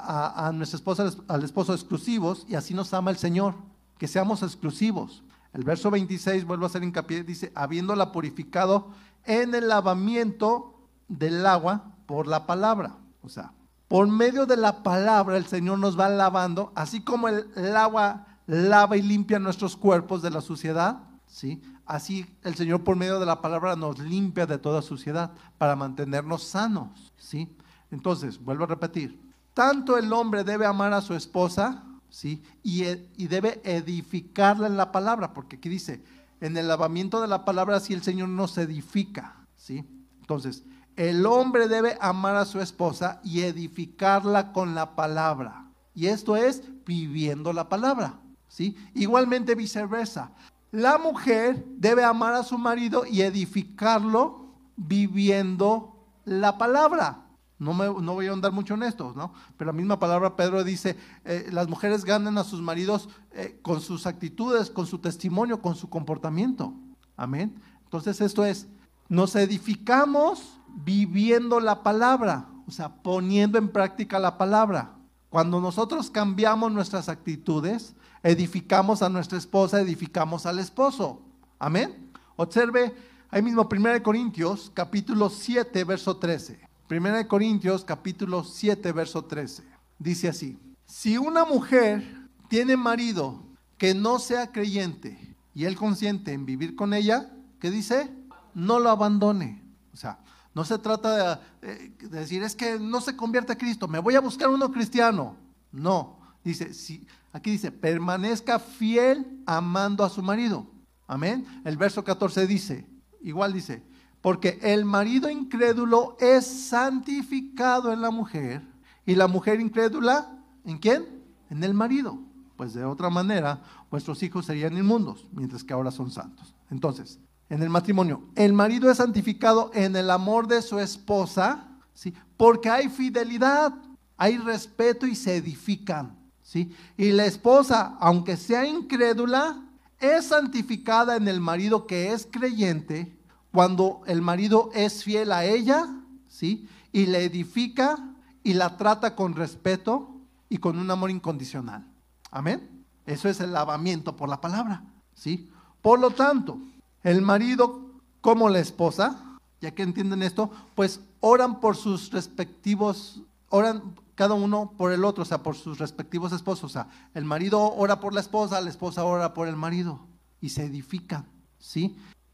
A nuestra esposa, al esposo exclusivos, y así nos ama el Señor, que seamos exclusivos. El verso 26, vuelvo a hacer hincapié, dice, habiéndola purificado en el lavamiento del agua por la palabra. O sea, por medio de la palabra el Señor nos va lavando, así como el agua lava y limpia nuestros cuerpos de la suciedad, ¿sí? Así el Señor por medio de la palabra nos limpia de toda suciedad para mantenernos sanos, ¿sí? Entonces, vuelvo a repetir, tanto el hombre debe amar a su esposa, ¿sí? Y debe edificarla en la palabra, porque aquí dice, en el lavamiento de la palabra así el Señor nos edifica, ¿sí? Entonces, el hombre debe amar a su esposa y edificarla con la palabra, y esto es viviendo la palabra, ¿sí? Igualmente viceversa, la mujer debe amar a su marido y edificarlo viviendo la palabra. No voy a ahondar mucho en esto, ¿no? Pero la misma palabra Pedro dice, las mujeres ganan a sus maridos con sus actitudes, con su testimonio, con su comportamiento. Amén. Entonces esto es, nos edificamos viviendo la palabra, o sea, poniendo en práctica la palabra. Cuando nosotros cambiamos nuestras actitudes, edificamos a nuestra esposa, edificamos al esposo. Amén. Observe ahí mismo 1 Corintios capítulo 7, verso 13. 1 Corintios capítulo 7, verso 13. Dice así, si una mujer tiene marido que no sea creyente y él consiente en vivir con ella, ¿qué dice? No lo abandone. O sea, no se trata de decir, es que no se convierte a Cristo, me voy a buscar uno cristiano. No, dice, aquí dice, permanezca fiel amando a su marido. Amén. El verso 14 dice, igual dice, porque el marido incrédulo es santificado en la mujer, y la mujer incrédula, ¿en quién? En el marido. Pues de otra manera, vuestros hijos serían inmundos, mientras que ahora son santos. Entonces, en el matrimonio, el marido es santificado en el amor de su esposa, ¿sí? Porque hay fidelidad, hay respeto y se edifican, ¿sí? Y la esposa, aunque sea incrédula, es santificada en el marido que es creyente, cuando el marido es fiel a ella, ¿sí? Y la edifica y la trata con respeto y con un amor incondicional. Amén. Eso es el lavamiento por la palabra, ¿sí? Por lo tanto, el marido como la esposa, ya que entienden esto, pues oran por sus respectivos, oran cada uno por el otro, o sea, por sus respectivos esposos. O sea, el marido ora por la esposa ora por el marido y se edifican, ¿sí?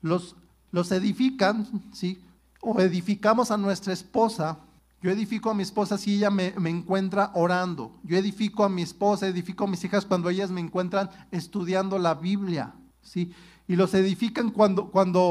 Los edifican, ¿sí? O edificamos a nuestra esposa. Yo edifico a mi esposa si ella me encuentra orando. Yo edifico a mi esposa, edifico a mis hijas cuando ellas me encuentran estudiando la Biblia, ¿sí? Y los edifican cuando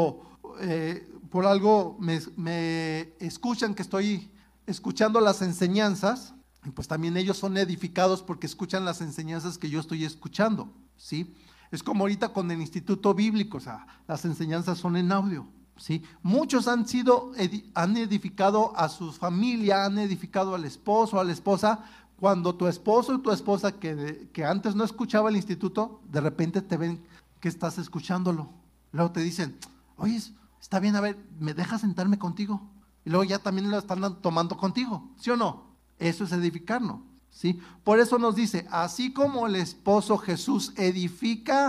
por algo me escuchan que estoy escuchando las enseñanzas, y pues también ellos son edificados porque escuchan las enseñanzas que yo estoy escuchando, ¿sí? Es como ahorita con el Instituto Bíblico, o sea, las enseñanzas son en audio, ¿sí? Muchos han edificado a su familia, han edificado al esposo, a la esposa, cuando tu esposo y tu esposa que antes no escuchaba el instituto, de repente te ven que estás escuchándolo. Luego te dicen, oye, está bien, a ver, ¿me dejas sentarme contigo? Y luego ya también lo están tomando contigo, ¿sí o no? Eso es edificarnos, ¿sí? Por eso nos dice, así como el esposo Jesús edifica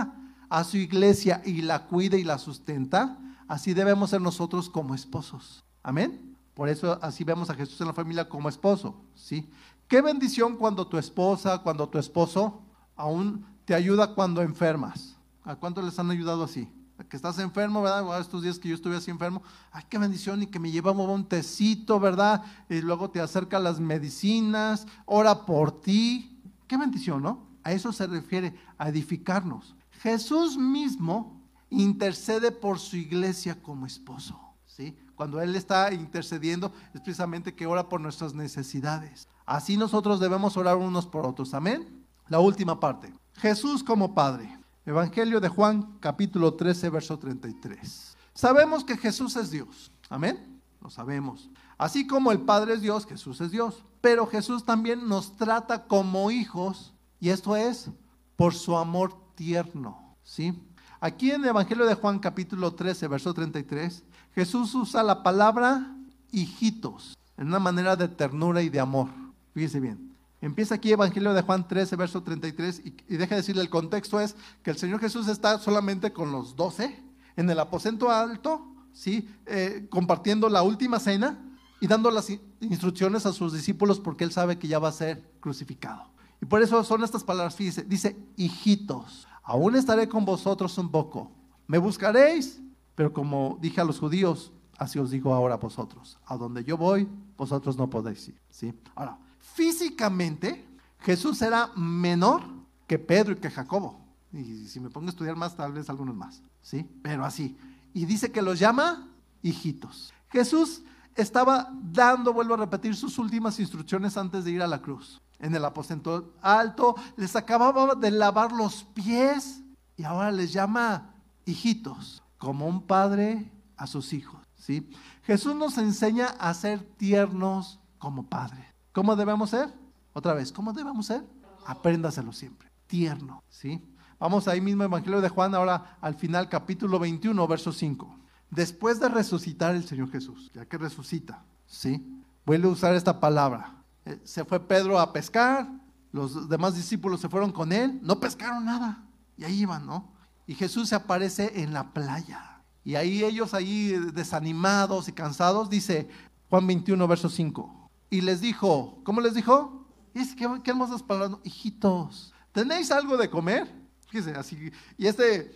a su iglesia y la cuida y la sustenta, así debemos ser nosotros como esposos. Amén. Por eso así vemos a Jesús en la familia como esposo, ¿sí? Qué bendición cuando tu esposa, cuando tu esposo aún te ayuda cuando enfermas. ¿A cuántos les han ayudado así? Que estás enfermo, ¿verdad? Estos días que yo estuve así enfermo, ay, qué bendición, y que me llevamos un tecito, ¿verdad? Y luego te acerca las medicinas, ora por ti. Qué bendición, ¿no? A eso se refiere, a edificarnos. Jesús mismo intercede por su iglesia como esposo, ¿sí? Cuando Él está intercediendo, es precisamente que ora por nuestras necesidades. Así nosotros debemos orar unos por otros, amén. La última parte, Jesús como Padre. Evangelio de Juan, capítulo 13, verso 33. Sabemos que Jesús es Dios, amén, lo sabemos. Así como el Padre es Dios, Jesús es Dios. Pero Jesús también nos trata como hijos, y esto es por su amor tierno, ¿sí? Aquí en el Evangelio de Juan, capítulo 13, verso 33, Jesús usa la palabra hijitos, en una manera de ternura y de amor. Fíjese bien. Empieza aquí Evangelio de Juan 13, verso 33, y deja decirle, el contexto es que el Señor Jesús está solamente con los 12 en el aposento alto, ¿sí? Compartiendo la última cena y dando las instrucciones a sus discípulos porque Él sabe que ya va a ser crucificado. Y por eso son estas palabras, fíjese, dice, hijitos, aún estaré con vosotros un poco, me buscaréis, pero como dije a los judíos, así os digo ahora a vosotros, a donde yo voy, vosotros no podéis ir, ¿sí? Ahora, físicamente, Jesús era menor que Pedro y que Jacobo. Y si me pongo a estudiar más, tal vez algunos más, ¿sí? Pero así. Y dice que los llama hijitos. Jesús estaba dando, vuelvo a repetir, sus últimas instrucciones antes de ir a la cruz. En el aposento alto, les acababa de lavar los pies y ahora les llama hijitos, como un padre a sus hijos, ¿sí? Jesús nos enseña a ser tiernos como padres. ¿Cómo debemos ser? Otra vez, ¿cómo debemos ser? Apréndaselo siempre, tierno, ¿sí? Vamos ahí mismo, Evangelio de Juan, ahora al final, capítulo 21, verso 5. Después de resucitar el Señor Jesús, ya que resucita, ¿sí? Vuelve a usar esta palabra. Se fue Pedro a pescar, los demás discípulos se fueron con él, no pescaron nada, y ahí iban, ¿no? Y Jesús se aparece en la playa, y ahí ellos ahí desanimados y cansados, dice Juan 21, verso 5. Y les dijo, ¿cómo les dijo? Qué hermosas palabras, ¿no? Hijitos, ¿tenéis algo de comer? Fíjense, así, y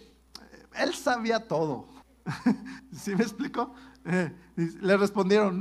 él sabía todo. ¿Sí me explico? Le respondieron,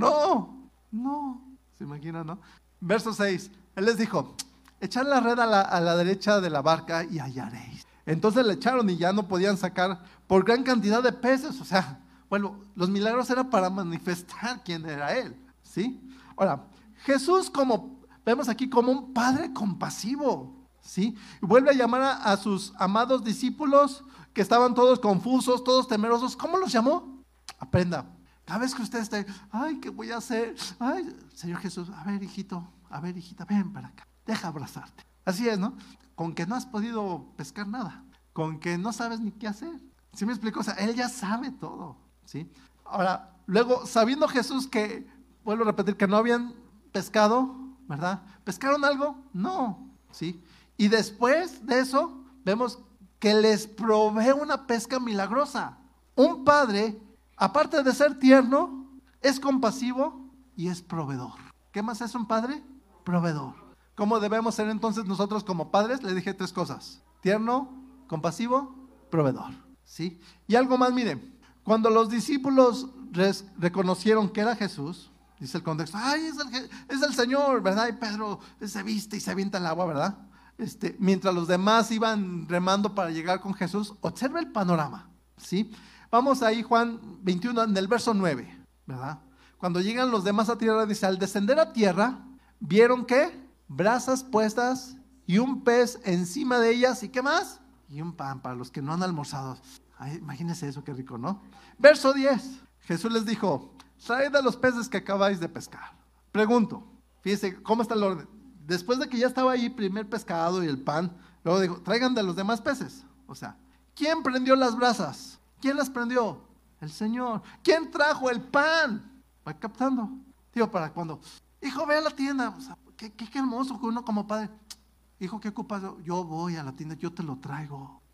no, ¿se imaginan, no? Verso 6, él les dijo, echad la red a la derecha de la barca y hallaréis. Entonces le echaron y ya no podían sacar por gran cantidad de peces, o sea, bueno, los milagros eran para manifestar quién era Él, ¿sí? Ahora, Jesús, como vemos aquí, como un padre compasivo, ¿sí? Y vuelve a llamar a sus amados discípulos que estaban todos confusos, todos temerosos. ¿Cómo los llamó? Aprenda. Cada vez que usted esté, ay, ¿qué voy a hacer? Ay, Señor Jesús, a ver, hijito, a ver, hijita, ven para acá, deja abrazarte. Así es, ¿no? Con que no has podido pescar nada, con que no sabes ni qué hacer. ¿Sí me explico? O sea, Él ya sabe todo, ¿sí? Ahora, luego, sabiendo Jesús que, vuelvo a repetir, que no habían pescado, ¿verdad? ¿Pescaron algo? No, ¿sí? Y después de eso, vemos que les provee una pesca milagrosa. Un padre, aparte de ser tierno, es compasivo y es proveedor. ¿Qué más es un padre? Proveedor. ¿Cómo debemos ser entonces nosotros como padres? Le dije 3 cosas. Tierno, compasivo, proveedor, ¿sí? Y algo más, miren. Cuando los discípulos reconocieron que era Jesús, dice el contexto, ay, es el Señor, ¿verdad? Y Pedro se viste y se avienta al agua, ¿verdad? Mientras los demás iban remando para llegar con Jesús, observa el panorama, ¿sí? Vamos ahí, Juan 21, en el verso 9, ¿verdad? Cuando llegan los demás a tierra, dice, al descender a tierra, ¿vieron qué? Brasas puestas y un pez encima de ellas, ¿y qué más? Y un pan para los que no han almorzado. Ay, imagínense eso, qué rico, ¿no? Verso 10, Jesús les dijo, traed de los peces que acabáis de pescar. Pregunto, fíjense, ¿cómo está el orden? Después de que ya estaba ahí primer pescado y el pan, luego dijo, traigan de los demás peces. O sea, ¿quién prendió las brasas? ¿Quién las prendió? El Señor. ¿Quién trajo el pan? Va captando. Digo, para cuando, hijo, ve a la tienda. O sea, qué hermoso que uno como padre, hijo, ¿qué ocupas? Yo voy a la tienda, yo te lo traigo.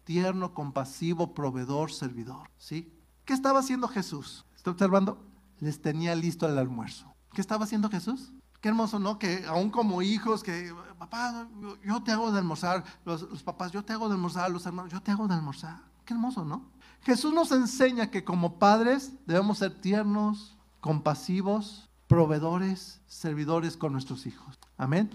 tierno, compasivo, proveedor, servidor. ¿Sí? ¿Qué estaba haciendo Jesús? ¿Está observando? Les tenía listo el almuerzo. ¿Qué estaba haciendo Jesús? Qué hermoso, ¿no? Que aún como hijos, que papá, yo te hago de almorzar, los papás, yo te hago de almorzar, los hermanos, yo te hago de almorzar. Qué hermoso, ¿no? Jesús nos enseña que como padres debemos ser tiernos, compasivos, proveedores, servidores con nuestros hijos. Amén.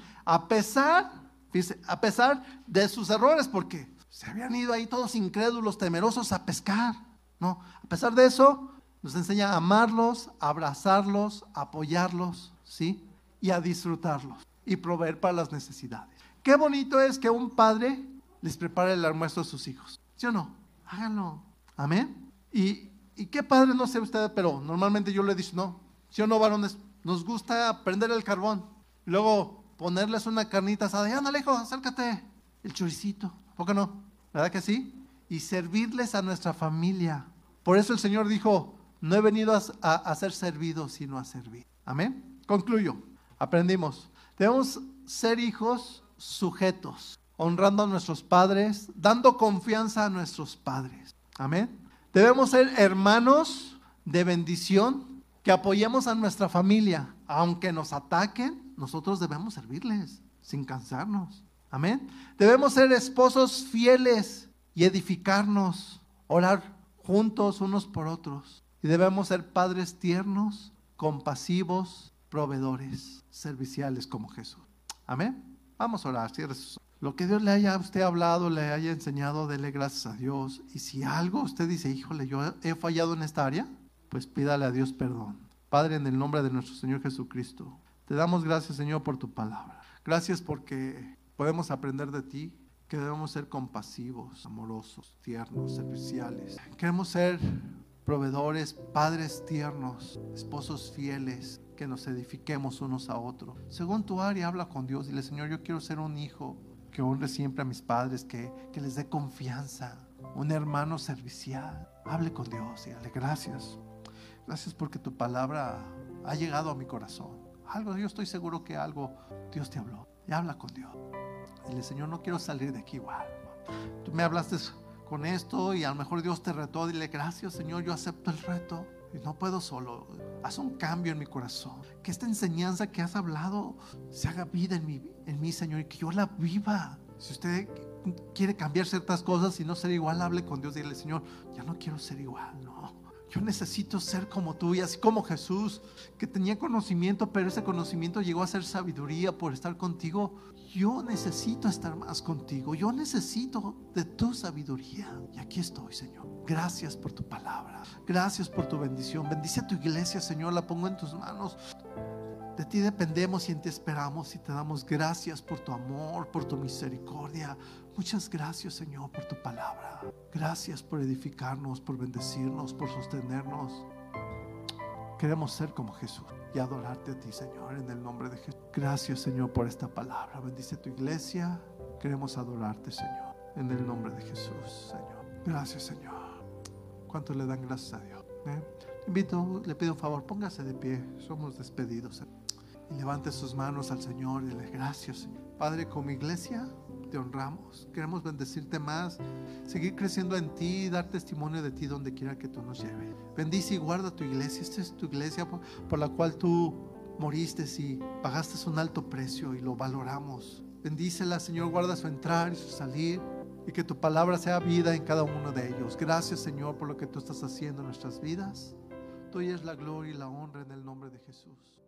Fíjese, a pesar de sus errores, porque se habían ido ahí todos incrédulos, temerosos a pescar, ¿no? A pesar de eso, nos enseña a amarlos, a abrazarlos, a apoyarlos, ¿sí? Y a disfrutarlos y proveer para las necesidades. Qué bonito es que un padre les prepare el almuerzo a sus hijos. ¿Sí o no? Háganlo. Amén. Y qué padre, no sé usted, pero normalmente yo le digo, no, ¿sí o no, varones? Nos gusta prender el carbón, luego ponerles una carnita asada, y ándale, hijo, acércate, el choricito, ¿por qué no? ¿Verdad que sí? Y servirles a nuestra familia. Por eso el Señor dijo, no he venido a ser servido, sino a servir. Amén. Concluyo. Aprendimos. Debemos ser hijos sujetos, honrando a nuestros padres, dando confianza a nuestros padres. Amén. Debemos ser hermanos de bendición, que apoyemos a nuestra familia. Aunque nos ataquen, nosotros debemos servirles sin cansarnos. Amén. Debemos ser esposos fieles y edificarnos, orar juntos unos por otros. Y debemos ser padres tiernos, compasivos, proveedores, serviciales como Jesús. Amén. Vamos a orar. Cierre sus ojos. Lo que Dios le haya a usted hablado, le haya enseñado, dele gracias a Dios. Y si algo usted dice, híjole, yo he fallado en esta área, pues pídale a Dios perdón. Padre, en el nombre de nuestro Señor Jesucristo, te damos gracias, Señor, por tu palabra. Gracias porque podemos aprender de ti, que debemos ser compasivos, amorosos, tiernos, serviciales. Queremos ser proveedores, padres tiernos, esposos fieles, que nos edifiquemos unos a otros. Según tu área, habla con Dios. Dile, Señor, yo quiero ser un hijo que honre siempre a mis padres, que les dé confianza, un hermano servicial. Hable con Dios y dale gracias. Gracias porque tu palabra ha llegado a mi corazón. Yo estoy seguro que algo Dios te habló. Y habla con Dios. Dile, Señor, no quiero salir de aquí igual. Tú me hablaste con esto y a lo mejor Dios te retó. Dile, gracias, Señor, yo acepto el reto. Y no puedo solo. Haz un cambio en mi corazón. Que esta enseñanza que has hablado se haga vida en mí, Señor, y que yo la viva. Si usted quiere cambiar ciertas cosas y no ser igual, hable con Dios. Dile, Señor, ya no quiero ser igual, no. Yo necesito ser como tú, y así como Jesús, que tenía conocimiento, pero ese conocimiento llegó a ser sabiduría por estar contigo. Yo necesito estar más contigo. Yo necesito de tu sabiduría. Y aquí estoy, Señor. Gracias por tu palabra. Gracias por tu bendición. Bendice a tu iglesia, Señor. La pongo en tus manos. De ti dependemos y en ti esperamos, y te damos gracias por tu amor, por tu misericordia. Muchas gracias, Señor, por tu palabra. Gracias por edificarnos, por bendecirnos, por sostenernos. Queremos ser como Jesús y adorarte a ti, Señor, en el nombre de Jesús. Gracias, Señor, por esta palabra. Bendice tu iglesia. Queremos adorarte, Señor, en el nombre de Jesús, Señor. Gracias, Señor. ¿Cuántos le dan gracias a Dios? Invito, le pido un favor, póngase de pie. Somos despedidos. Y levante sus manos al Señor y dile, gracias, Señor. Padre, como iglesia te honramos. Queremos bendecirte más, seguir creciendo en ti y dar testimonio de ti donde quiera que tú nos lleves. Bendice y guarda tu iglesia. Esta es tu iglesia por la cual tú moriste y pagaste un alto precio y lo valoramos. Bendícela, Señor, guarda su entrar y su salir, y que tu palabra sea vida en cada uno de ellos. Gracias, Señor, por lo que tú estás haciendo en nuestras vidas. Tuya es la gloria y la honra en el nombre de Jesús.